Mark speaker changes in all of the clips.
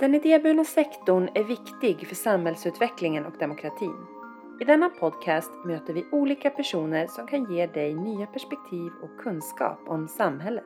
Speaker 1: Den idéburna sektorn är viktig för samhällsutvecklingen och demokratin. I denna podcast möter vi olika personer som kan ge dig nya perspektiv och kunskap om samhället.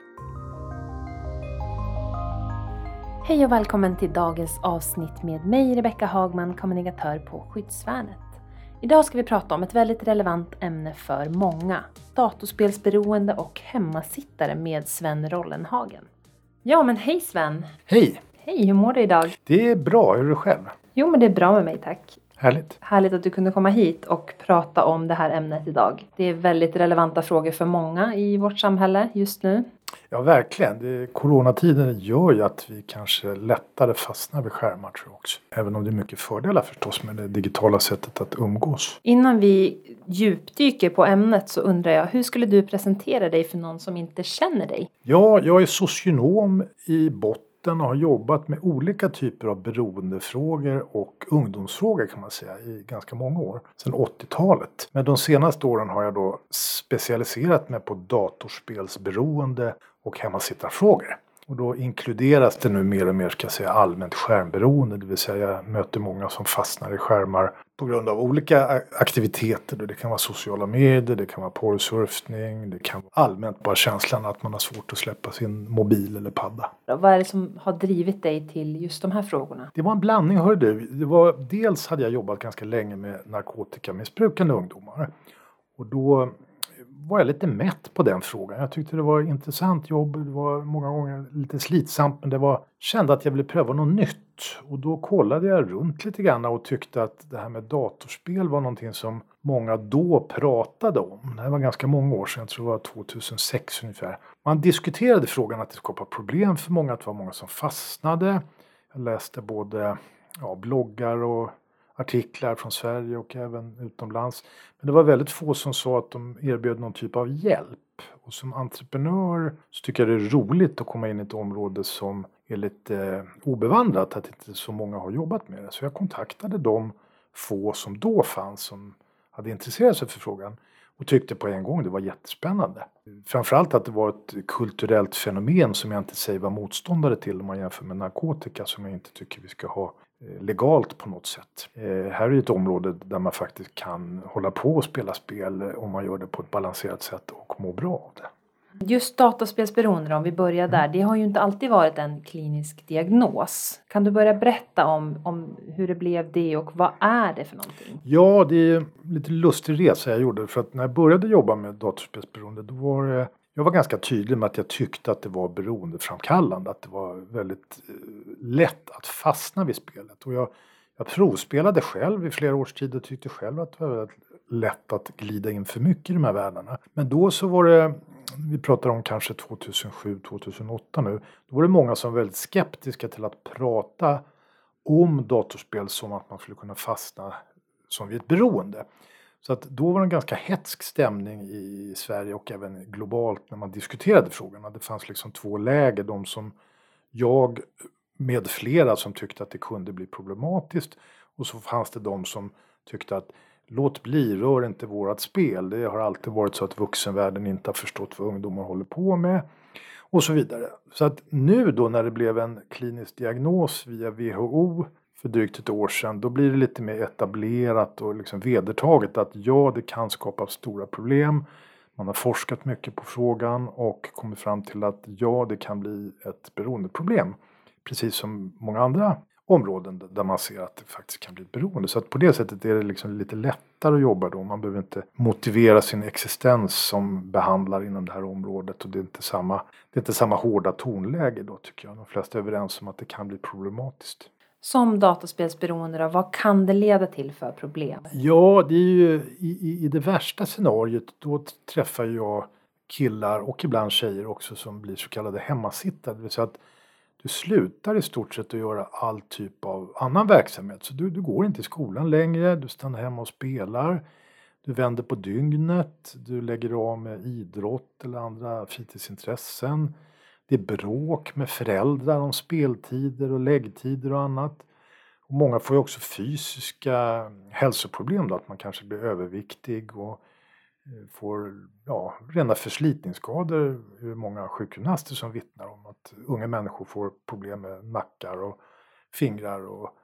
Speaker 1: Hej och välkommen till dagens avsnitt med mig, Rebecka Hagman, kommunikatör på Skyddsvärnet. Idag ska vi prata om ett väldigt relevant ämne för många. Datorspelsberoende och hemmasittare med Sven Rollenhagen. Ja, men hej Sven!
Speaker 2: Hej!
Speaker 1: Hej, hur mår du idag?
Speaker 2: Det är bra, hur är du själv?
Speaker 1: Jo, men det är bra med mig, tack.
Speaker 2: Härligt.
Speaker 1: Härligt att du kunde komma hit och prata om det här ämnet idag. Det är väldigt relevanta frågor för många i vårt samhälle just nu.
Speaker 2: Ja, verkligen. Coronatiden gör ju att vi kanske lättare fastnar vid skärmar, tror jag också. Även om det är mycket fördelar förstås med det digitala sättet att umgås.
Speaker 1: Innan vi djupdyker på ämnet så undrar jag, hur skulle du presentera dig för någon som inte känner dig?
Speaker 2: Ja, jag är socionom i botten och har jobbat med olika typer av beroendefrågor och ungdomsfrågor kan man säga i ganska många år. Sedan 80-talet. Men de senaste åren har jag då specialiserat mig på datorspelsberoende och hemmasittarfrågor. Och då inkluderas det nu mer och mer, ska jag säga, allmänt skärmberoende. Det vill säga jag möter många som fastnar i skärmar på grund av olika aktiviteter. Det kan vara sociala medier, det kan vara porrsurfning, det kan vara allmänt bara känslan att man har svårt att släppa sin mobil eller padda.
Speaker 1: Vad är det som har drivit dig till just de här frågorna?
Speaker 2: Det var en blandning, hör du. Dels hade jag jobbat ganska länge med narkotikamissbrukande ungdomar. Och då var jag lite mätt på den frågan. Jag tyckte det var ett intressant jobb. Det var många gånger lite slitsamt. Men kände att jag ville pröva något nytt. Och då kollade jag runt lite grann och tyckte att det här med datorspel var någonting som många då pratade om. Det här var ganska många år sedan. Jag tror det var 2006 ungefär. Man diskuterade frågan att det skapade problem för många. Att det var många som fastnade. Jag läste både bloggar och artiklar från Sverige och även utomlands. Men det var väldigt få som sa att de erbjöd någon typ av hjälp. Och som entreprenör så tycker jag det är roligt att komma in i ett område som är lite obevandrat. Att inte så många har jobbat med det. Så jag kontaktade de få som då fanns som hade intresserat sig för frågan. Och tyckte på en gång det var jättespännande. Framförallt att det var ett kulturellt fenomen som jag inte säger var motståndare till om man jämför med narkotika som jag inte tycker vi ska ha legalt på något sätt. Här är ett område där man faktiskt kan hålla på och spela spel om man gör det på ett balanserat sätt och må bra av det.
Speaker 1: Just dataspelsberoende, om vi börjar där, det har ju inte alltid varit en klinisk diagnos. Kan du börja berätta om hur det blev det och vad är det för någonting?
Speaker 2: Ja, det är lite lustig resa jag gjorde. För att när jag började jobba med datorspelsberoende då var jag var ganska tydlig med att jag tyckte att det var beroendeframkallande. Att det var väldigt lätt att fastna vid spelet. Och jag provspelade själv i flera års tid och tyckte själv att det var väldigt lätt att glida in för mycket i de här världarna. Men då så var det, vi pratar om kanske 2007-2008 nu. Då var det många som var väldigt skeptiska till att prata om datorspel som att man skulle kunna fastna som vid ett beroende. Så att då var det en ganska hetsk stämning i Sverige och även globalt när man diskuterade frågorna. Det fanns liksom två läger. De som jag med flera som tyckte att det kunde bli problematiskt. Och så fanns det de som tyckte att låt bli, rör inte vårat spel. Det har alltid varit så att vuxenvärlden inte har förstått vad ungdomar håller på med. Och så vidare. Så att nu då när det blev en klinisk diagnos via WHO för drygt ett år sedan, då blir det lite mer etablerat och liksom vedertaget att ja, det kan skapa stora problem. Man har forskat mycket på frågan och kommit fram till att ja, det kan bli ett beroendeproblem. Precis som många andra områden där man ser att det faktiskt kan bli ett beroende. Så att på det sättet är det liksom lite lättare att jobba då. Man behöver inte motivera sin existens som behandlar inom det här området. Och det är inte samma hårda tonläge då, tycker jag. De flesta är överens om att det kan bli problematiskt.
Speaker 1: Som dataspelsberoende då, vad kan det leda till för problem?
Speaker 2: Ja, det är ju i det värsta scenariot då träffar jag killar och ibland tjejer också som blir så kallade hemmasittare. Det vill säga att du slutar i stort sett att göra all typ av annan verksamhet. Så du går inte i skolan längre, du stannar hemma och spelar. Du vänder på dygnet, du lägger av med idrott eller andra fritidsintressen. Det är bråk med föräldrar om speltider och läggtider och annat. Och många får ju också fysiska hälsoproblem då, att man kanske blir överviktig och får rena förslitningsskador. Det är många sjukgymnaster som vittnar om att unga människor får problem med nackar och fingrar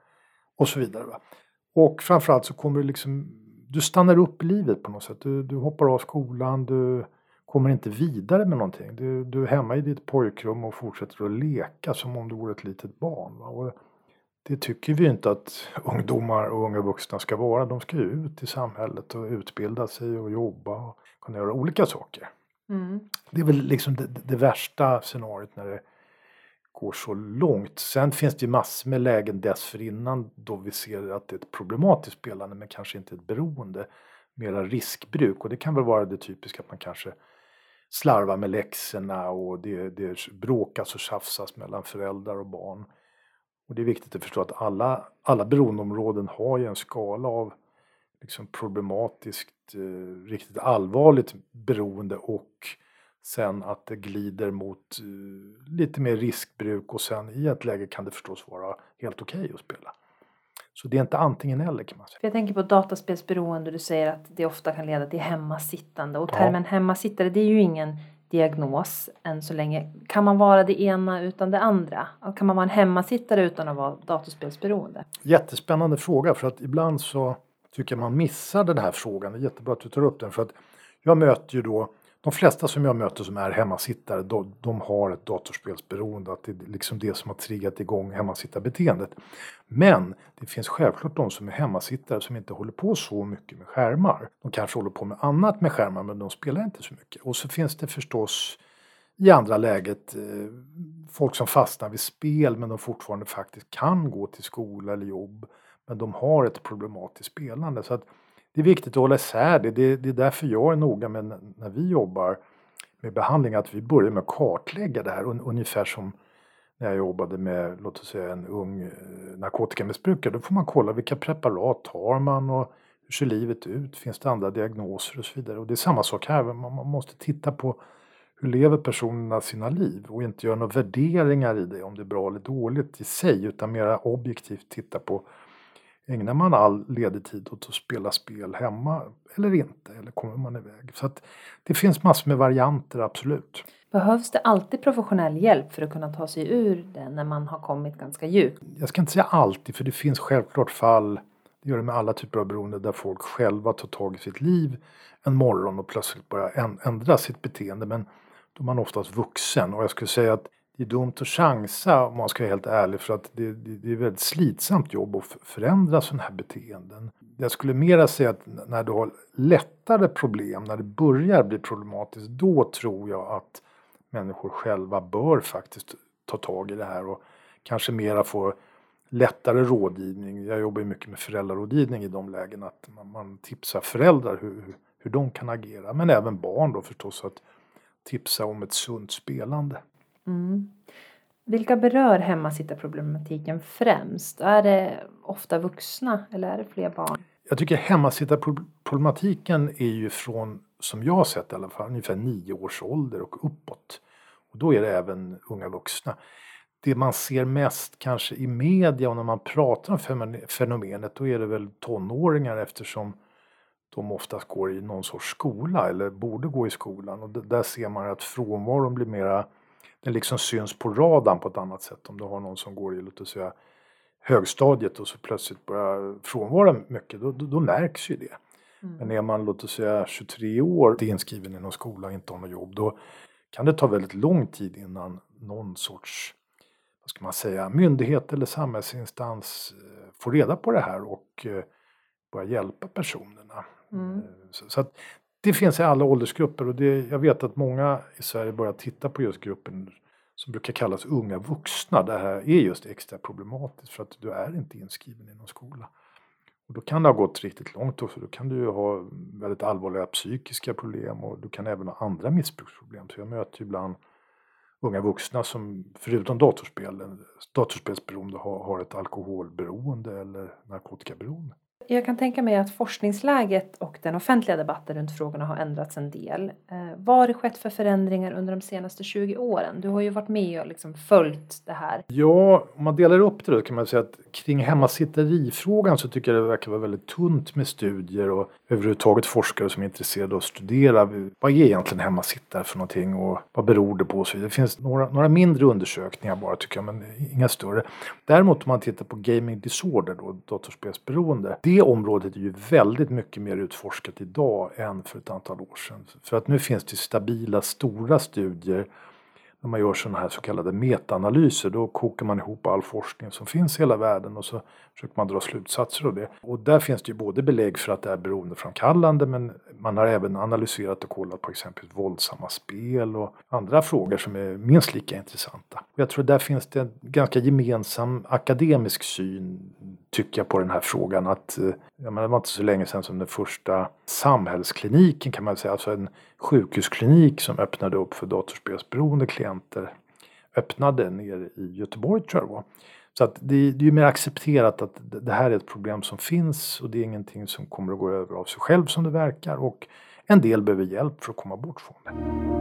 Speaker 2: och så vidare. Va? Och framförallt så kommer du liksom, du stannar upp i livet på något sätt. Du hoppar av skolan, du kommer inte vidare med någonting. Du är hemma i ditt pojkrum och fortsätter att leka som om du vore ett litet barn. Va? Och det tycker vi inte att ungdomar och unga vuxna ska vara. De ska ju ut i samhället och utbilda sig och jobba och kunna göra olika saker.
Speaker 1: Mm.
Speaker 2: Det är väl liksom det värsta scenariot när det går så långt. Sen finns det ju massor med lägen dessförinnan då vi ser att det är ett problematiskt spelande men kanske inte ett beroende. Mera riskbruk, och det kan väl vara det typiska att man kanske slarvar med läxorna och det bråkas och tjafsas mellan föräldrar och barn. Och det är viktigt att förstå att alla beroendeområden har ju en skala av liksom problematiskt, riktigt allvarligt beroende och sen att det glider mot lite mer riskbruk och sen i ett läge kan det förstås vara helt okej att spela. Så det är inte antingen eller kan man säga.
Speaker 1: Jag tänker på dataspelsberoende, du säger att det ofta kan leda till hemmasittande. Och
Speaker 2: Ja.
Speaker 1: termen hemmasittare, det är ju ingen diagnos än så länge. Kan man vara det ena utan det andra? Kan man vara en hemmasittare utan att vara dataspelsberoende?
Speaker 2: Jättespännande fråga, för att ibland så tycker jag man missar den här frågan. Det är jättebra att du tar upp den, för att jag möter ju då, de flesta som jag möter som är hemmasittare, de har ett datorspelsberoende. Att det är liksom det som har triggat igång hemmasittarbeteendet. Men det finns självklart de som är hemmasittare som inte håller på så mycket med skärmar. De kanske håller på med annat med skärmar, men de spelar inte så mycket. Och så finns det förstås i andra läget folk som fastnar vid spel men de fortfarande faktiskt kan gå till skola eller jobb. Men de har ett problematiskt spelande. Så att det är viktigt att hålla isär det. Det är därför jag är noga med när vi jobbar med behandling att vi börjar med att kartlägga det här. Ungefär som när jag jobbade med, låt oss säga, en ung narkotikamissbrukare. Då får man kolla vilka preparat tar man och hur ser livet ut. Finns det andra diagnoser och så vidare. Och det är samma sak här. Man måste titta på hur lever personerna sina liv och inte göra några värderingar i det om det är bra eller dåligt i sig, utan mer objektivt titta på, ägnar man all ledig tid åt att spela spel hemma eller inte, eller kommer man iväg? Så att det finns massor med varianter, absolut.
Speaker 1: Behövs det alltid professionell hjälp för att kunna ta sig ur det när man har kommit ganska djupt?
Speaker 2: Jag ska inte säga alltid, för det finns självklart fall, det gör det med alla typer av beroende, där folk själva tar tag i sitt liv en morgon och plötsligt börjar ändra sitt beteende, men då är man oftast vuxen. Och jag skulle säga att det är dumt att chansa om man ska vara helt ärlig, för att det är väldigt slitsamt jobb att förändra sådana här beteenden. Jag skulle mera säga att när du har lättare problem, när det börjar bli problematiskt, då tror jag att människor själva bör faktiskt ta tag i det här och kanske mera få lättare rådgivning. Jag jobbar ju mycket med föräldrarådgivning i de lägen, att man tipsar föräldrar hur de kan agera, men även barn då förstås, att tipsa om ett sunt spelande.
Speaker 1: Mm. Vilka berör hemmasittarproblematiken främst? Är det ofta vuxna eller är det fler barn?
Speaker 2: Jag tycker hemmasittarproblematiken är ju från, som jag har sett i alla fall, ungefär 9 års ålder och uppåt. Och då är det även unga vuxna. Det man ser mest kanske i media och när man pratar om fenomenet, då är det väl tonåringar, eftersom de oftast går i någon sorts skola eller borde gå i skolan. Och där ser man att frånvaron blir mera, den liksom syns på radarn på ett annat sätt. Om du har någon som går i, låt oss säga, högstadiet och så plötsligt börjar frånvara mycket, då märks ju det. Mm. Men är man, låt oss säga, 23 år inskriven i någon skola och inte har något jobb, då kan det ta väldigt lång tid innan någon sorts, vad ska man säga, myndighet eller samhällsinstans får reda på det här och börja hjälpa personerna. Mm. Så att det finns i alla åldersgrupper, och jag vet att många i Sverige börjar titta på just gruppen som brukar kallas unga vuxna. Det här är just extra problematiskt för att du är inte inskriven i någon skola. Och då kan det ha gått riktigt långt också. Då kan du ju ha väldigt allvarliga psykiska problem och du kan även ha andra missbruksproblem. Så jag möter ju ibland unga vuxna som förutom datorspelsberoende har ett alkoholberoende eller narkotikaberoende.
Speaker 1: Jag kan tänka mig att forskningsläget och den offentliga debatten runt frågorna har ändrats en del. Vad har det skett för förändringar under de senaste 20 åren? Du har ju varit med och liksom följt det här.
Speaker 2: Ja, om man delar upp det då kan man säga att kring hemmasitterifrågan så tycker jag det verkar vara väldigt tunt med studier och överhuvudtaget forskare som är intresserade av att studera vad är egentligen hemmasittare för någonting och vad beror det på och så vidare. Det finns några mindre undersökningar bara tycker jag, men inga större. Däremot om man tittar på gaming disorder då, datorspelsberoende, det området är ju väldigt mycket mer utforskat idag än för ett antal år sedan. För att nu finns det stabila stora studier när man gör sådana här så kallade metaanalyser. Då kokar man ihop all forskning som finns i hela världen och så försöker man dra slutsatser av det. Och där finns det ju både belägg för att det är beroendeframkallande, men man har även analyserat och kollat på exempelvis våldsamma spel och andra frågor som är minst lika intressanta. Och jag tror där finns det en ganska gemensam akademisk syn tycker jag på den här frågan. Att, jag menar, det var inte så länge sedan som den första samhällskliniken kan man säga, alltså en sjukhusklinik som öppnade upp för datorspelsberoende klienter öppnade ner i Göteborg tror jag det var. Så att det är ju mer accepterat att det här är ett problem som finns och det är ingenting som kommer att gå över av sig själv som det verkar och en del behöver hjälp för att komma bort från det.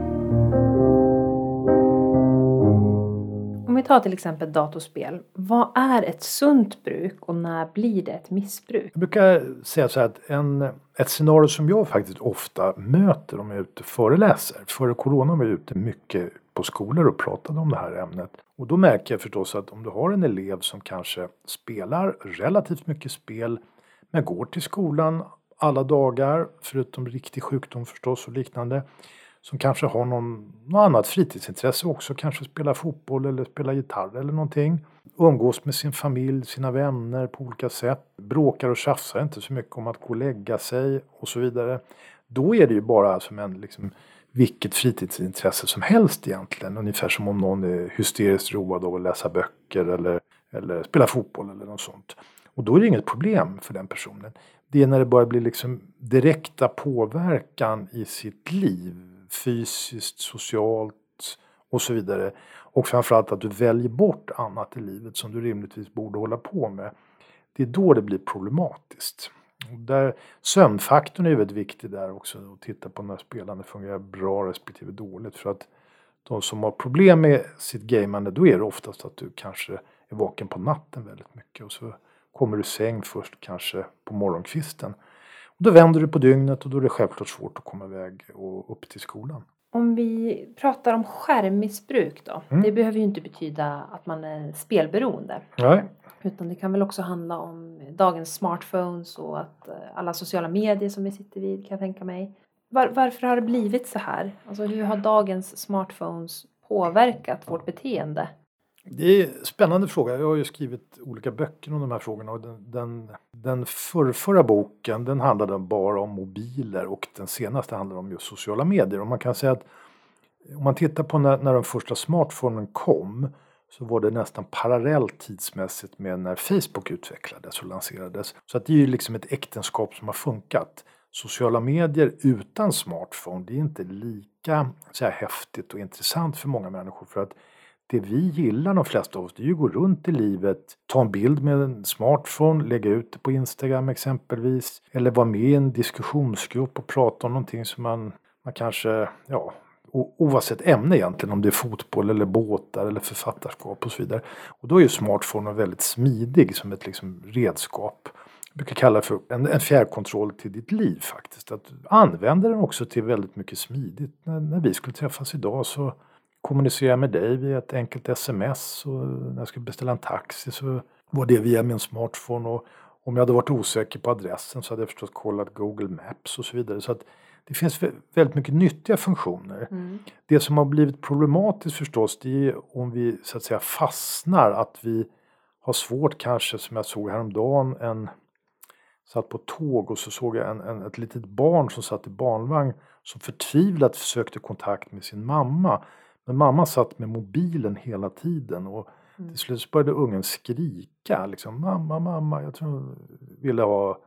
Speaker 1: Om vi tar till exempel datorspel, vad är ett sunt bruk och när blir det ett missbruk?
Speaker 2: Jag brukar säga så här att ett scenario som jag faktiskt ofta möter om jag är ute och föreläser. Före corona var jag ute mycket på skolor och pratade om det här ämnet. Och då märker jag förstås att om du har en elev som kanske spelar relativt mycket spel men går till skolan alla dagar, förutom riktig sjukdom förstås och liknande, som kanske har något annat fritidsintresse också, kanske spela fotboll eller spela gitarr eller någonting. Umgås med sin familj, sina vänner på olika sätt. Bråkar och tjafsar inte så mycket om att gå och lägga sig och så vidare. Då är det ju bara som en liksom, vilket fritidsintresse som helst egentligen. Ungefär som om någon är hysteriskt road av att läsa böcker eller spela fotboll eller något sånt. Och då är det inget problem för den personen. Det är när det börjar bli liksom direkta påverkan i sitt liv. Fysiskt, socialt och så vidare. Och framförallt att du väljer bort annat i livet som du rimligtvis borde hålla på med. Det är då det blir problematiskt. Och där, sömnfaktorn är väldigt viktig där också. Att titta på när spelarna fungerar bra respektive dåligt. För att de som har problem med sitt gameande, då är det oftast att du kanske är vaken på natten väldigt mycket. Och så kommer du säng först kanske på morgonkvisten. Och då vänder du på dygnet och då är det självklart svårt att komma iväg och upp till skolan.
Speaker 1: Om vi pratar om skärmmissbruk då. Det behöver ju inte betyda att man är spelberoende.
Speaker 2: Nej.
Speaker 1: Utan det kan väl också handla om dagens smartphones och att alla sociala medier som vi sitter vid kan jag tänka mig. Varför har det blivit så här? Alltså hur har dagens smartphones påverkat vårt beteende?
Speaker 2: Det är en spännande fråga. Jag har ju skrivit olika böcker om de här frågorna. Och den förra boken den handlade bara om mobiler och den senaste handlade om just sociala medier. Och man kan säga att om man tittar på när de första smartphonen kom så var det nästan parallellt tidsmässigt med när Facebook utvecklades och lanserades. Så att det är ju liksom ett äktenskap som har funkat. Sociala medier utan smartphone det är inte lika så här häftigt och intressant för många människor för att det vi gillar de flesta av oss det är ju att gå runt i livet, ta en bild med en smartphone, lägga ut det på Instagram exempelvis. Eller vara med i en diskussionsgrupp och prata om någonting som man kanske, ja, oavsett ämne egentligen, om det är fotboll eller båtar eller författarskap och så vidare. Och då är ju smartphone väldigt smidig som ett liksom redskap. Jag brukar kalla det för en fjärrkontroll till ditt liv faktiskt. Att använda den också till väldigt mycket smidigt. När vi skulle träffas idag så kommunicera med dig via ett enkelt sms och när jag skulle beställa en taxi så var det via min smartphone och om jag hade varit osäker på adressen så hade jag förstås kollat Google Maps och så vidare. Så att det finns väldigt mycket nyttiga funktioner. Det som har blivit problematiskt förstås det är om vi så att säga fastnar att vi har svårt kanske som jag såg häromdagen satt på tåg och så såg jag ett litet barn som satt i barnvagn som förtvivlat försökte kontakt med sin mamma. Men mamma satt med mobilen hela tiden och till slut började ungen skrika. Liksom, mamma, jag tror jag ville ha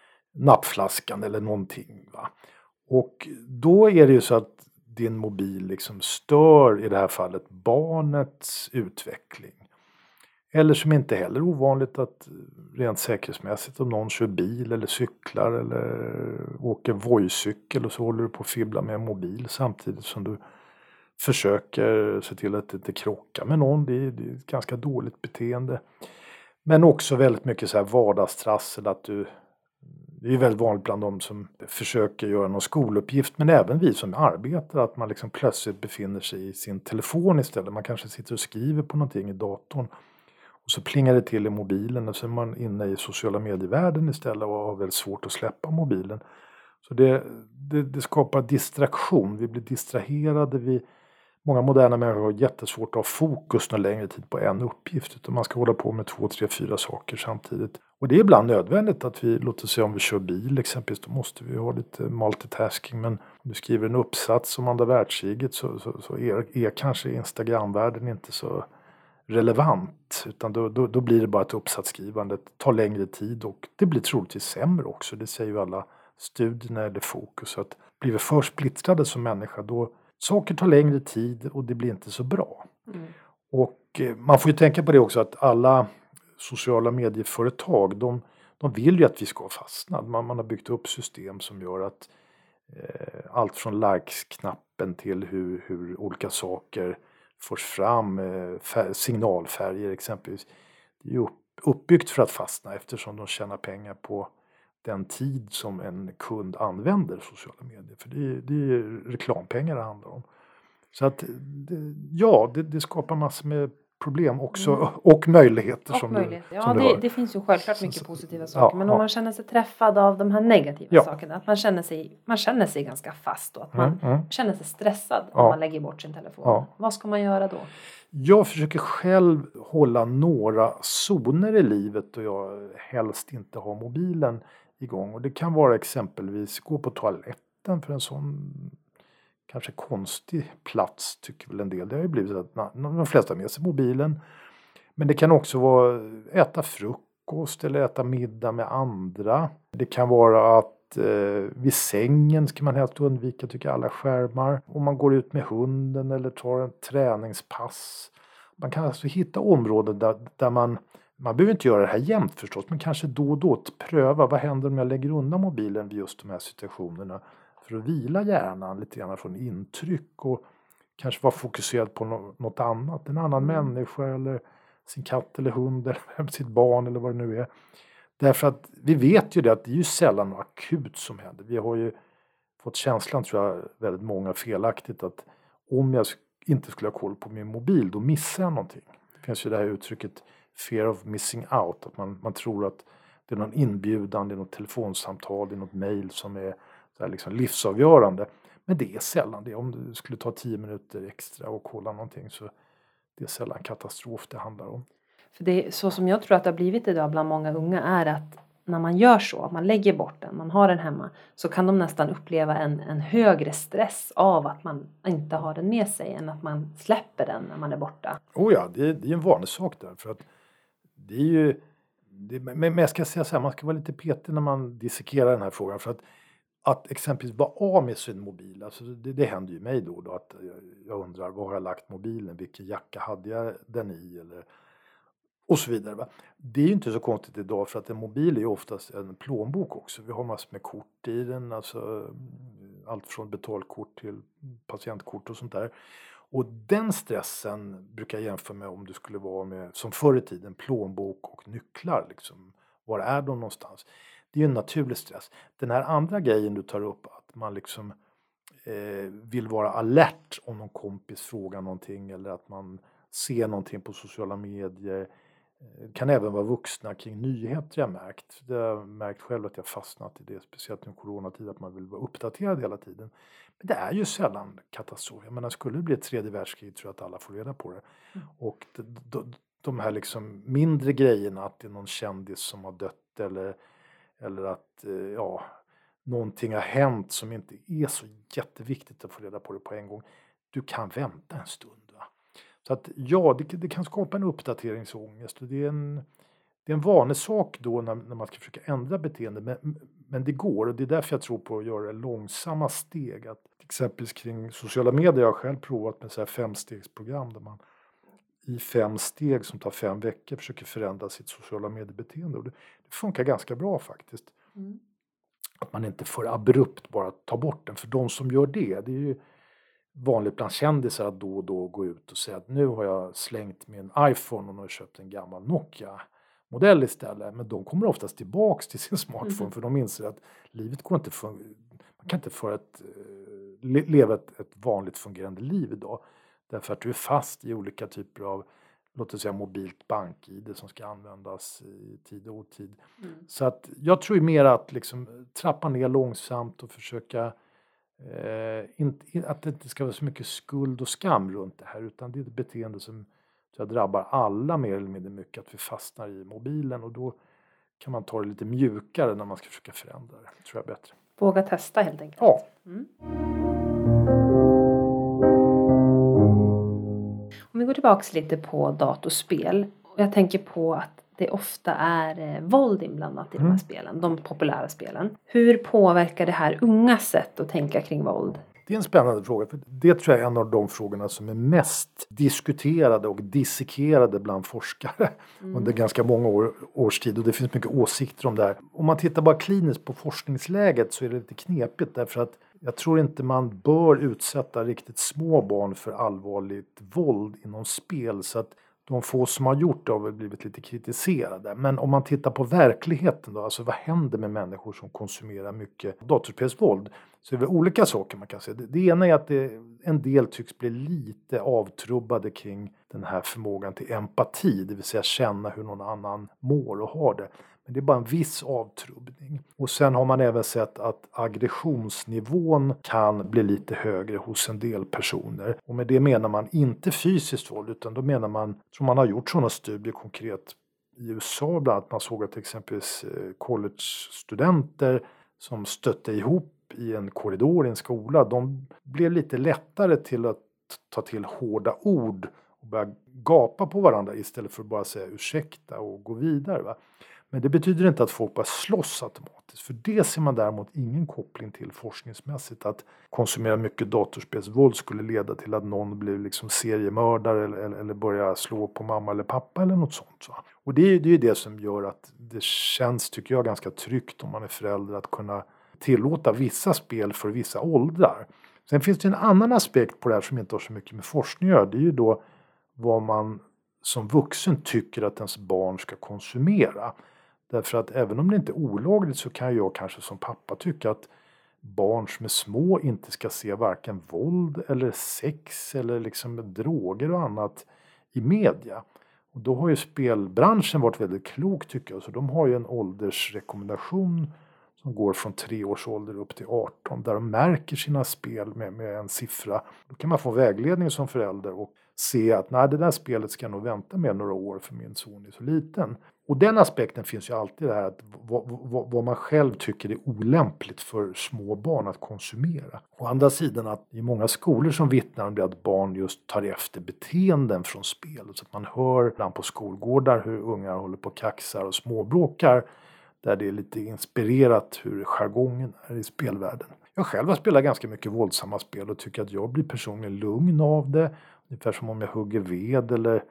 Speaker 2: nappflaskan eller någonting. Va? Och då är det ju så att din mobil liksom stör i det här fallet barnets utveckling. Eller som inte heller är ovanligt att rent säkerhetsmässigt om någon kör bil eller cyklar eller åker vojcykel och så håller du på att fibbla med en mobil samtidigt som du försöker se till att det inte krockar med någon. Det är ett ganska dåligt beteende. Men också väldigt mycket så här vardagstrassel att det är väldigt vanligt bland de som försöker göra någon skoluppgift men även vi som arbetar att man liksom plötsligt befinner sig i sin telefon istället. Man kanske sitter och skriver på någonting i datorn och så plingar det till i mobilen och så är man inne i sociala medievärlden istället och har väldigt svårt att släppa mobilen. Så det skapar distraktion, vi blir distraherade, många moderna människor har jättesvårt att ha fokus någon längre tid på en uppgift utan man ska hålla på med 2, 3, 4 saker samtidigt. Och det är ibland nödvändigt att vi, låt oss säga om vi kör bil exempelvis, då måste vi ha lite multitasking. Men om du skriver en uppsats om andra världskriget så är kanske Instagramvärlden inte så relevant. Utan då blir det bara ett uppsatsskrivande, det tar längre tid och det blir troligtvis sämre också. Det säger ju alla studier när det är fokus. Att blir vi för splittrade som människa då saker tar längre tid och det blir inte så bra. Mm. Och man får ju tänka på det också att alla sociala medieföretag de vill ju att vi ska fastna. Man har byggt upp system som gör att allt från likes-knappen till hur olika saker förs fram, signalfärger exempelvis. Det är ju uppbyggt för att fastna eftersom de tjänar pengar på den tid som en kund använder sociala medier. För det är reklampengar det handlar om. Så att det skapar massor med problem också och möjligheter.
Speaker 1: Det finns ju självklart mycket positiva saker. Men om man känner sig träffad av de här negativa sakerna. Att man känner sig ganska fast och att man känner sig stressad om man lägger bort sin telefon. Ja. Vad ska man göra då?
Speaker 2: Jag försöker själv hålla några zoner i livet och jag helst inte har mobilen igång. Och det kan vara exempelvis gå på toaletten för en sån kanske konstig plats tycker väl en del. Det har ju blivit att de flesta har med sig mobilen. Men det kan också vara äta frukost eller äta middag med andra. Det kan vara att vid sängen ska man helst undvika tycker alla skärmar. Om man går ut med hunden eller tar en träningspass. Man kan alltså hitta områden där man behöver inte göra det här jämt förstås. Men kanske då och då pröva vad händer om jag lägger undan mobilen vid just de här situationerna. För att vila hjärnan lite grann från intryck och kanske vara fokuserad på något annat. En annan människa eller sin katt eller hund eller sitt barn eller vad det nu är. Därför att vi vet ju det att det är ju sällan något akut som händer. Vi har ju fått känslan tror jag väldigt många felaktigt att om jag inte skulle ha koll på min mobil då missar jag någonting. Det finns ju det här uttrycket fear of missing out. Att man tror att det är någon inbjudan, det är något telefonsamtal, det är något mejl som är liksom livsavgörande. Men det är sällan det. Om du skulle ta 10 minuter extra och kolla någonting så det är sällan katastrof det handlar om.
Speaker 1: För det är så som jag tror att det har blivit idag bland många unga är att när man gör så, man lägger bort den, man har den hemma så kan de nästan uppleva en högre stress av att man inte har den med sig än att man släpper den när man är borta.
Speaker 2: Oh ja, det är en vanlig sak där för att det är ju men jag ska säga så här, man ska vara lite petig när man dissekerar den här frågan för att exempelvis vara av med sin mobil, alltså det händer ju mig då att jag undrar var har jag lagt mobilen, vilken jacka hade jag den i eller och så vidare. Va? Det är ju inte så konstigt idag för att en mobil är ju oftast en plånbok också. Vi har massor med kort i den, alltså allt från betalkort till patientkort och sånt där. Och den stressen brukar jag jämföra med om du skulle vara med, som förr i tiden, plånbok och nycklar. Liksom. Var är de någonstans? Det är ju en naturlig stress. Den här andra grejen du tar upp, att man liksom vill vara alert om någon kompis frågar någonting eller att man ser någonting på sociala medier. Det kan även vara vuxna kring nyheter jag märkt. Det har jag märkt själv att jag fastnat i det, speciellt i coronatid, att man vill vara uppdaterad hela tiden. Men det är ju sällan katastrof. Jag menar, skulle det bli ett 3:e världskrig tror jag att alla får reda på det. Och de här liksom mindre grejerna, att det är någon kändis som har dött eller att någonting har hänt som inte är så jätteviktigt att få reda på det på en gång. Du kan vänta en stund. Va? Så att det kan skapa en uppdateringsångest. Det är en vanlig sak då när man ska försöka ändra beteende. Men det går och det är därför jag tror på att göra långsamma steg. Att exempelvis kring sociala medier jag har själv provat med så här 5-stegsprogram där man i 5 steg som tar 5 veckor försöker förändra sitt sociala mediebeteende. Och det funkar ganska bra faktiskt. Att man inte för abrupt bara tar bort den. För de som gör det är ju vanligt bland kändisar att då och då gå ut och säga att nu har jag slängt min iPhone och har köpt en gammal Nokia-modell istället. Men de kommer oftast tillbaks till sin smartphone för de inser att livet går inte för... Man kan inte leva ett vanligt fungerande liv idag. Därför att du är fast i olika typer av, låt oss säga, mobilt bank-ID som ska användas i tid och otid. Så att jag tror mer att liksom trappa ner långsamt och försöka att det inte ska vara så mycket skuld och skam runt det här, utan det är ett beteende som jag drabbar alla mer eller mindre mycket, att vi fastnar i mobilen, och då kan man ta det lite mjukare när man ska försöka förändra det. Det tror jag är bättre.
Speaker 1: Våga testa helt enkelt.
Speaker 2: Ja.
Speaker 1: Om vi går tillbaka lite på datorspel. Och jag tänker på att det ofta är våld inblandat i de här spelen. De populära spelen. Hur påverkar det här unga sätt att tänka kring våld?
Speaker 2: Det är en spännande fråga. För det tror jag är en av de frågorna som är mest diskuterade och dissekerade bland forskare under ganska många års tid. Och det finns mycket åsikter om det här. Om man tittar bara kliniskt på forskningsläget så är det lite knepigt. Därför att jag tror inte man bör utsätta riktigt små barn för allvarligt våld inom spel. Så att de få som har gjort det har väl blivit lite kritiserade. Men om man tittar på verkligheten då, alltså vad händer med människor som konsumerar mycket datorspelsvåld, så är det olika saker man kan se. Det ena är att en del tycks bli lite avtrubbade kring den här förmågan till empati, det vill säga känna hur någon annan mår och har det. Men det är bara en viss avtrubbning. Och sen har man även sett att aggressionsnivån kan bli lite högre hos en del personer. Och med det menar man inte fysiskt våld, utan då menar man, som man har gjort sådana studier konkret i USA bland annat, man såg att exempelvis college-studenter som stötte ihop i en korridor i en skola, de blev lite lättare till att ta till hårda ord och börja gapa på varandra istället för att bara säga ursäkta och gå vidare, va? Men det betyder inte att folk bara slåss automatiskt. För det ser man däremot ingen koppling till forskningsmässigt. Att konsumera mycket datorspelsvåld skulle leda till att någon blir liksom seriemördare eller börjar slå på mamma eller pappa eller något sånt. Va? Och det är ju det som gör att det känns, tycker jag, ganska tryggt om man är förälder att kunna tillåta vissa spel för vissa åldrar. Sen finns det en annan aspekt på det här som inte har så mycket med forskning att göra. Det är ju då vad man som vuxen tycker att ens barn ska konsumera. Därför att även om det inte är olagligt så kan jag kanske som pappa tycka att barn som är små inte ska se varken våld eller sex eller liksom droger och annat i media. Och då har ju spelbranschen varit väldigt klok, tycker jag. Så de har ju en åldersrekommendation som går från 3 års ålder upp till 18. Där de märker sina spel med en siffra. Då kan man få vägledning som förälder och se att nej, det där spelet ska jag nog vänta med några år för min son är så liten. Och den aspekten finns ju alltid det här att vad man själv tycker är olämpligt för små barn att konsumera. Å andra sidan att det är många skolor som vittnar om det, att barn just tar efter beteenden från spel. Så att man hör ibland på skolgårdar hur ungar håller på och kaxar och småbråkar. Där det är lite inspirerat hur jargongen är i spelvärlden. Jag själv har spelat ganska mycket våldsamma spel och tycker att jag blir personligen lugn av det. Ungefär som om jag hugger ved eller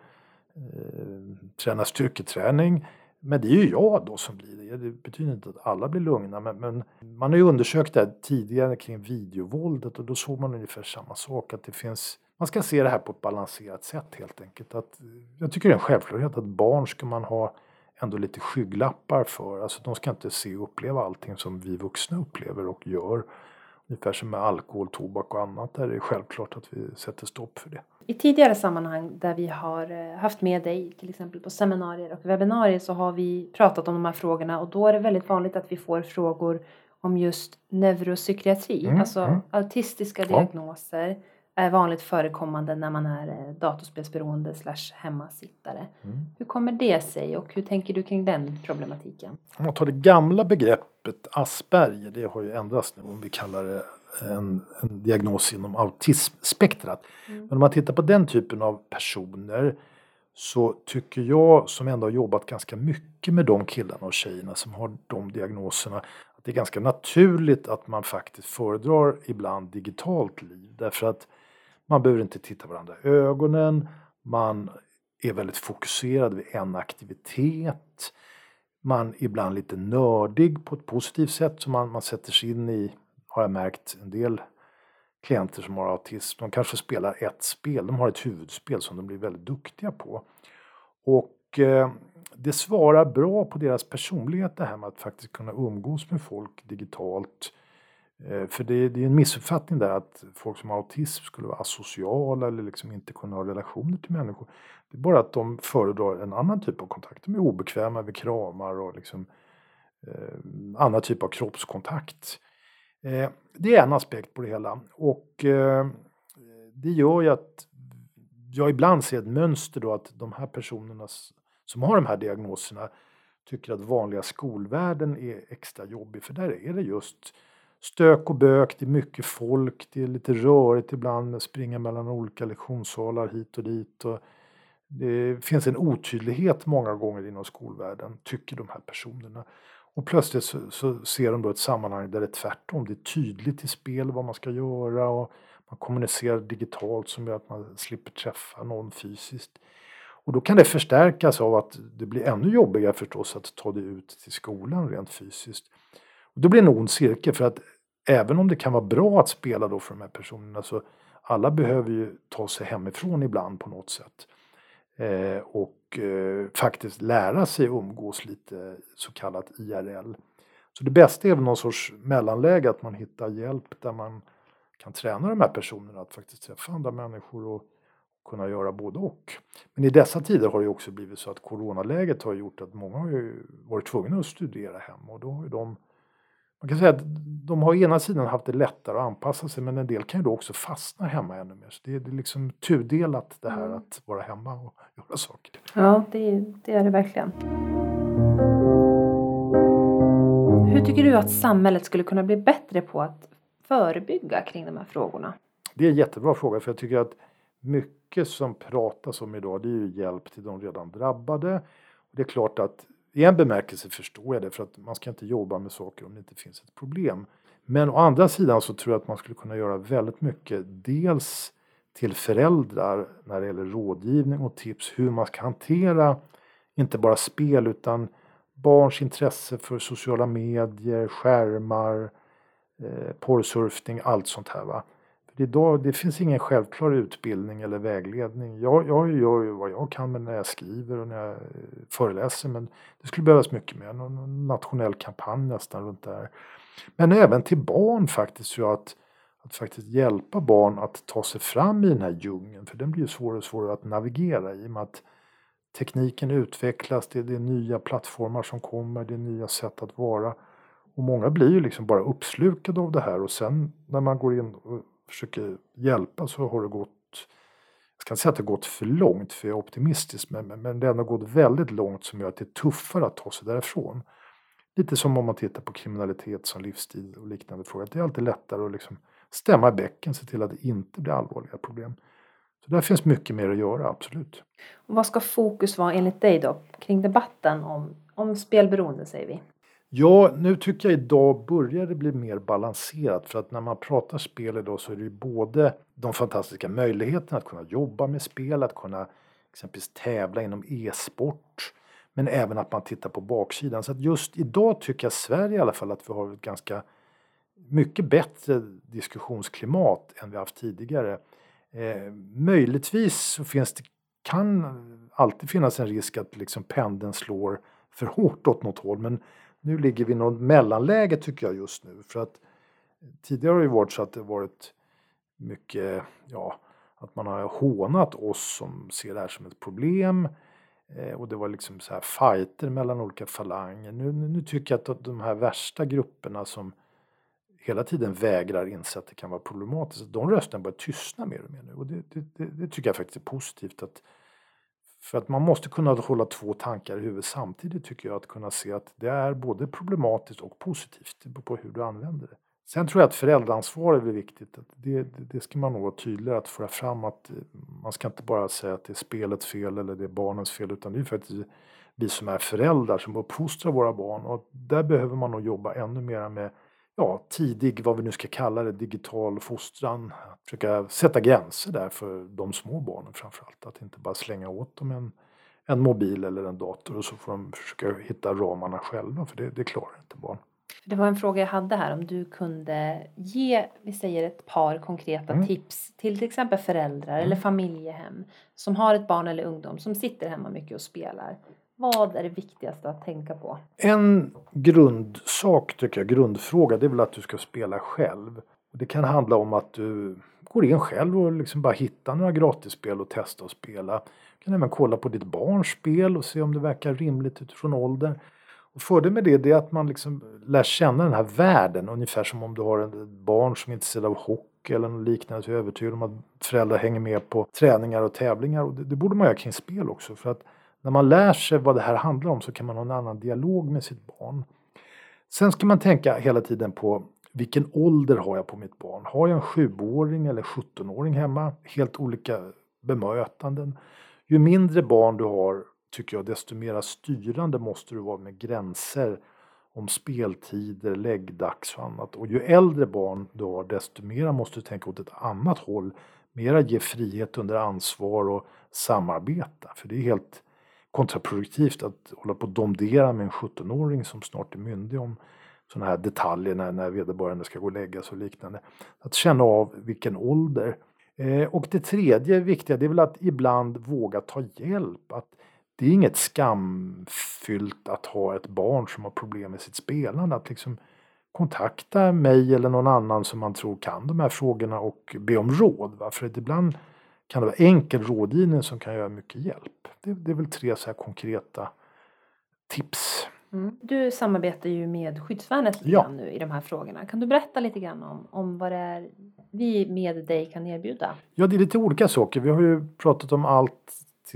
Speaker 2: tränar styrketräning. Men det är ju jag då som blir det. Det betyder inte att alla blir lugna. Men man har ju undersökt det tidigare kring videovåldet och då såg man ungefär samma sak. Att det finns, man ska se det här på ett balanserat sätt helt enkelt. Att, jag tycker det är en självklarhet att barn ska man ha ändå lite skygglappar för. Alltså de ska inte se och uppleva allting som vi vuxna upplever och gör. Ungefär som med alkohol, tobak och annat. Där är det självklart att vi sätter stopp för det.
Speaker 1: I tidigare sammanhang där vi har haft med dig, till exempel på seminarier och webbinarier, så har vi pratat om de här frågorna. Och då är det väldigt vanligt att vi får frågor om just neuropsykiatri. Alltså autistiska diagnoser är vanligt förekommande när man är datorspelsberoende / hemmasittare. Hur kommer det sig och hur tänker du kring den problematiken?
Speaker 2: Om man tar det gamla begreppet Asperger, det har ju ändrats nu om vi kallar det en diagnos inom autismspektrat. Men om man tittar på den typen av personer så tycker jag, som ändå har jobbat ganska mycket med de killarna och tjejerna som har de diagnoserna, att det är ganska naturligt att man faktiskt föredrar ibland digitalt liv. Därför att man behöver inte titta varandra i ögonen, man är väldigt fokuserad vid en aktivitet. Man är ibland lite nördig på ett positivt sätt som man sätter sig in i, har jag märkt en del klienter som har autism. De kanske spelar ett spel, de har ett huvudspel som de blir väldigt duktiga på. Och det svarar bra på deras personlighet det här med att faktiskt kunna umgås med folk digitalt. För det är en missuppfattning där att folk som har autism skulle vara asociala eller liksom inte kunna ha relationer till människor. Det är bara att de föredrar en annan typ av kontakt. De är obekväma vid kramar och liksom, annan typ av kroppskontakt. Det är en aspekt på det hela. Och det gör ju att jag ibland ser ett mönster då att de här personerna som har de här diagnoserna tycker att vanliga skolvärlden är extra jobbig. För där är det just stök och bök, det är mycket folk, det är lite rörigt ibland, springa mellan olika lektionssalar hit och dit. Och det finns en otydlighet många gånger inom skolvärlden, tycker de här personerna. Och plötsligt så ser de då ett sammanhang där det är tvärtom. Det är tydligt i spel vad man ska göra och man kommunicerar digitalt som gör att man slipper träffa någon fysiskt. Och då kan det förstärkas av att det blir ännu jobbigare förstås att ta det ut till skolan rent fysiskt. Och då blir det en ond cirkel, för att även om det kan vara bra att spela då för de här personerna, så alla behöver ju ta sig hemifrån ibland på något sätt. Och faktiskt lära sig umgås lite så kallat IRL. Så det bästa är väl någon sorts mellanläge, att man hittar hjälp där man kan träna de här personerna att faktiskt träffa andra människor och kunna göra både och. Men i dessa tider har det också blivit så att coronaläget har gjort att många har ju varit tvungna att studera hem, och då har ju man kan säga att de har ena sidan haft det lättare att anpassa sig, men en del kan ju då också fastna hemma ännu mer. Så det är liksom tudelat det här att vara hemma och göra saker.
Speaker 1: Ja, det är det verkligen. Hur tycker du att samhället skulle kunna bli bättre på att förebygga kring de här frågorna?
Speaker 2: Det är en jättebra fråga, för jag tycker att mycket som pratas om idag, det är ju hjälp till de redan drabbade. Och det är klart att i en bemärkelse förstår jag det, för att man ska inte jobba med saker om det inte finns ett problem. Men å andra sidan så tror jag att man skulle kunna göra väldigt mycket, dels till föräldrar när det gäller rådgivning och tips hur man ska hantera inte bara spel utan barns intresse för sociala medier, skärmar, porrsurfning, allt sånt här va. För idag, det finns ingen självklar utbildning eller vägledning. Jag gör ju vad jag kan med när jag skriver och när jag föreläser, men det skulle behövas mycket mer. Någon nationell kampanj nästan runt det här. Men även till barn faktiskt, så att faktiskt hjälpa barn att ta sig fram i den här djungeln. För den blir ju svårare och svårare att navigera i och med att tekniken utvecklas, det är nya plattformar som kommer, det är nya sätt att vara. Och många blir ju liksom bara uppslukade av det här, och sen när man går in och försöker hjälpa så har det gått, jag ska inte säga att det har gått för långt för jag är optimistisk, men det har gått väldigt långt som gör att det är tuffare att ta sig därifrån. Lite som om man tittar på kriminalitet som livsstil och liknande frågor. Det är alltid lättare att liksom stämma i bäcken, se till att det inte blir allvarliga problem. Så där finns mycket mer att göra, absolut.
Speaker 1: Och vad ska fokus vara enligt dig då kring debatten om spelberoende, säger vi?
Speaker 2: Ja, nu tycker jag idag börjar det bli mer balanserat, för att när man pratar spel idag så är det ju både de fantastiska möjligheterna att kunna jobba med spel, att kunna exempelvis tävla inom e-sport, men även att man tittar på baksidan. Så att just idag tycker jag Sverige i alla fall att vi har ett ganska mycket bättre diskussionsklimat än vi haft tidigare. Möjligtvis så kan alltid finnas en risk att liksom pendeln slår för hårt åt något håll, men nu ligger vi i något mellanläge tycker jag just nu. För att tidigare har det varit så att det varit mycket, att man har hånat oss som ser det här som ett problem. Och det var liksom så här fighter mellan olika falanger. Nu tycker jag att de här värsta grupperna som hela tiden vägrar inse att det kan vara problematiskt, de rösterna börjar tystna mer och mer nu. Och det tycker jag faktiskt är positivt. För att man måste kunna hålla två tankar i huvudet samtidigt, tycker jag, att kunna se att det är både problematiskt och positivt. Det beror på hur du använder det. Sen tror jag att föräldraansvar är viktigt. Att det ska man nog vara tydligare att föra fram, att man ska inte bara säga att det är spelets fel eller det är barnens fel, utan det är faktiskt vi som är föräldrar som uppfostrar våra barn. Och där behöver man nog jobba ännu mer med tidig, vad vi nu ska kalla det, digital fostran. Att försöka sätta gränser där för de små barnen framförallt. Att inte bara slänga åt dem en mobil eller en dator och så får de försöka hitta ramarna själva, för det klarar inte barn.
Speaker 1: Det var en fråga jag hade här, om du kunde ge, vi säger ett par konkreta tips till exempel föräldrar eller familjehem som har ett barn eller ungdom som sitter hemma mycket och spelar. Vad är det viktigaste att tänka på?
Speaker 2: En grundsak, tycker jag, grundfråga, det är väl att du ska spela själv. Och det kan handla om att du går in själv och liksom bara hittar några gratisspel och testar att spela. Du kan även kolla på ditt barns spel och se om det verkar rimligt utifrån ålder. Och fördelen med det är att man liksom lär känna den här världen, ungefär som om du har ett barn som är intresserad av hockey eller något liknande, så är jag övertygad om att föräldrar hänger med på träningar och tävlingar. Och det borde man göra kring spel också, för att när man lär sig vad det här handlar om så kan man ha en annan dialog med sitt barn. Sen ska man tänka hela tiden på vilken ålder har jag på mitt barn. Har jag en 7-åring eller 17-åring hemma? Helt olika bemötanden. Ju mindre barn du har, tycker jag, desto mer styrande måste du vara med gränser om speltider, läggdags och annat. Och ju äldre barn du har, desto mer måste du tänka åt ett annat håll. Mera ge frihet under ansvar och samarbeta. För det är helt kontraproduktivt att hålla på och domdera med en 17-åring som snart är myndig om sådana här detaljer när vederbörande ska gå och lägga sig och liknande. Att känna av vilken ålder. Och det tredje viktiga, det är väl att ibland våga ta hjälp. Att det är inget skamfyllt att ha ett barn som har problem med sitt spelande. Att liksom kontakta mig eller någon annan som man tror kan de här frågorna och be om råd. Va? För att ibland kan det vara enkel rådgivning som kan göra mycket hjälp. Det är väl 3 så här konkreta tips.
Speaker 1: Du samarbetar ju med Skyddsvärnet nu i de här frågorna. Kan du berätta lite grann om vad det är vi med dig kan erbjuda?
Speaker 2: Ja, det är lite olika saker. Vi har ju pratat om allt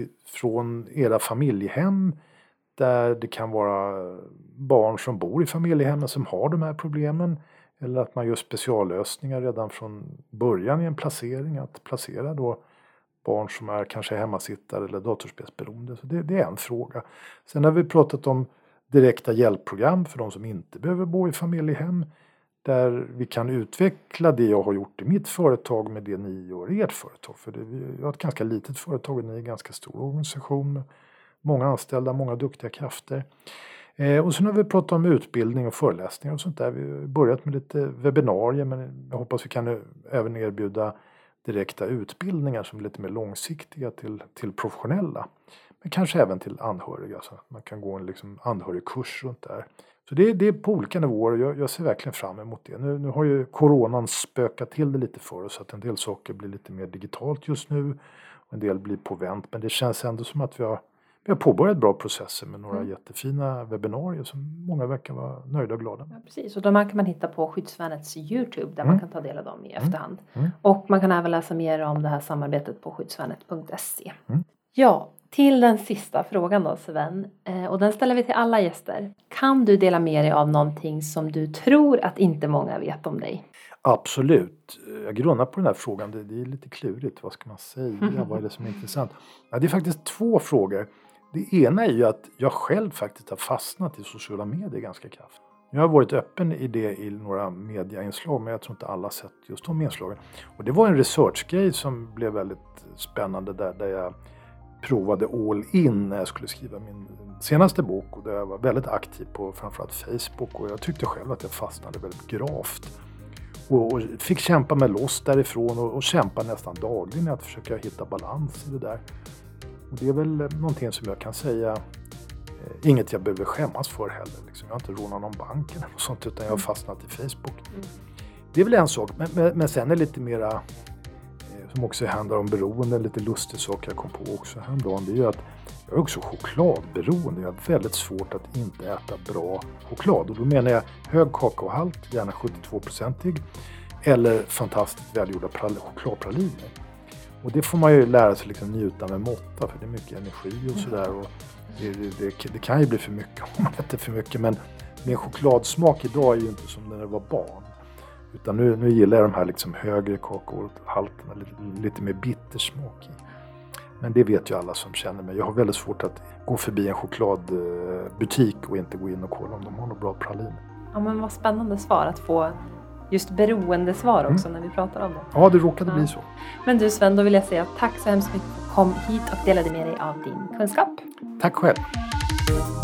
Speaker 2: från era familjehem, där det kan vara barn som bor i familjehemmen som har de här problemen. Eller att man gör speciallösningar redan från början i en placering. Att placera då barn som är kanske hemmasittare eller datorspelsberoende. Så det är en fråga. Sen har vi pratat om direkta hjälpprogram för de som inte behöver bo i familjehem. Där vi kan utveckla det jag har gjort i mitt företag med det ni gör i ert företag. För jag har ett ganska litet företag och ni är en ganska stor organisation. Många anställda, många duktiga krafter. Och sen har vi pratat om utbildning och föreläsningar och sånt där. Vi har börjat med lite webbinarier, men jag hoppas vi kan även erbjuda direkta utbildningar som är lite mer långsiktiga till professionella. Men kanske även till anhöriga, så att man kan gå en liksom anhörigkurs runt där. Så det är på olika nivåer. Jag ser verkligen fram emot det. Nu har ju coronan spökat till det lite för oss, så att en del saker blir lite mer digitalt just nu. Och en del blir på vänt. Men det känns ändå som att vi har påbörjat bra processer med några jättefina webbinarier som många verkar vara nöjda och glada med.
Speaker 1: Ja, precis, och de här kan man hitta på Skyddsvärnets YouTube där man kan ta del av dem i efterhand. Och man kan även läsa mer om det här samarbetet på skyddsvärnet.se. Ja, till den sista frågan då, Sven. Och den ställer vi till alla gäster. Kan du dela med dig av någonting som du tror att inte många vet om dig?
Speaker 2: Absolut. Jag grunnar på den här frågan. Det är lite klurigt. Vad ska man säga? Vad är det som är intressant? Ja, det är faktiskt 2 frågor. Det ena är ju att jag själv faktiskt har fastnat i sociala medier ganska kraftigt. Jag har varit öppen i det i några mediainslag, men jag tror inte alla sett just de inslagen. Och det var en researchgrej som blev väldigt spännande där jag provade all in när jag skulle skriva min senaste bok. Och där jag var väldigt aktiv på framförallt Facebook, och jag tyckte själv att jag fastnade väldigt gravt. Och fick kämpa mig loss därifrån och kämpa nästan dagligen att försöka hitta balans i det där. Och det är väl någonting som jag kan säga, inget jag behöver skämmas för heller. Liksom. Jag har inte rånat någon bank eller något sånt, utan jag har fastnat i Facebook. Det är väl en sak, men sen är det lite mera, som också handlar om beroende, lite lustig sak jag kom på också häromdagen. Det är ju att jag är också chokladberoende. Jag har väldigt svårt att inte äta bra choklad. Och då menar jag hög kakaohalt, gärna 72%, eller fantastiskt välgjorda chokladpraliner. Och det får man ju lära sig liksom njuta med måtta, för det är mycket energi och sådär. Och det kan ju bli för mycket om man äter för mycket. Men min chokladsmak idag är ju inte som när jag var barn. Utan nu gillar jag de här liksom högre kakaohalterna, lite mer bittersmak i. Men det vet ju alla som känner mig. Jag har väldigt svårt att gå förbi en chokladbutik och inte gå in och kolla om de har något bra pralin.
Speaker 1: Ja, men vad spännande svar att få just beroendesvar också när vi pratar om det.
Speaker 2: Ja, det råkade bli så.
Speaker 1: Men du Sven, då vill jag säga tack så hemskt mycket för att du kom hit och delade med dig av din kunskap.
Speaker 2: Tack själv.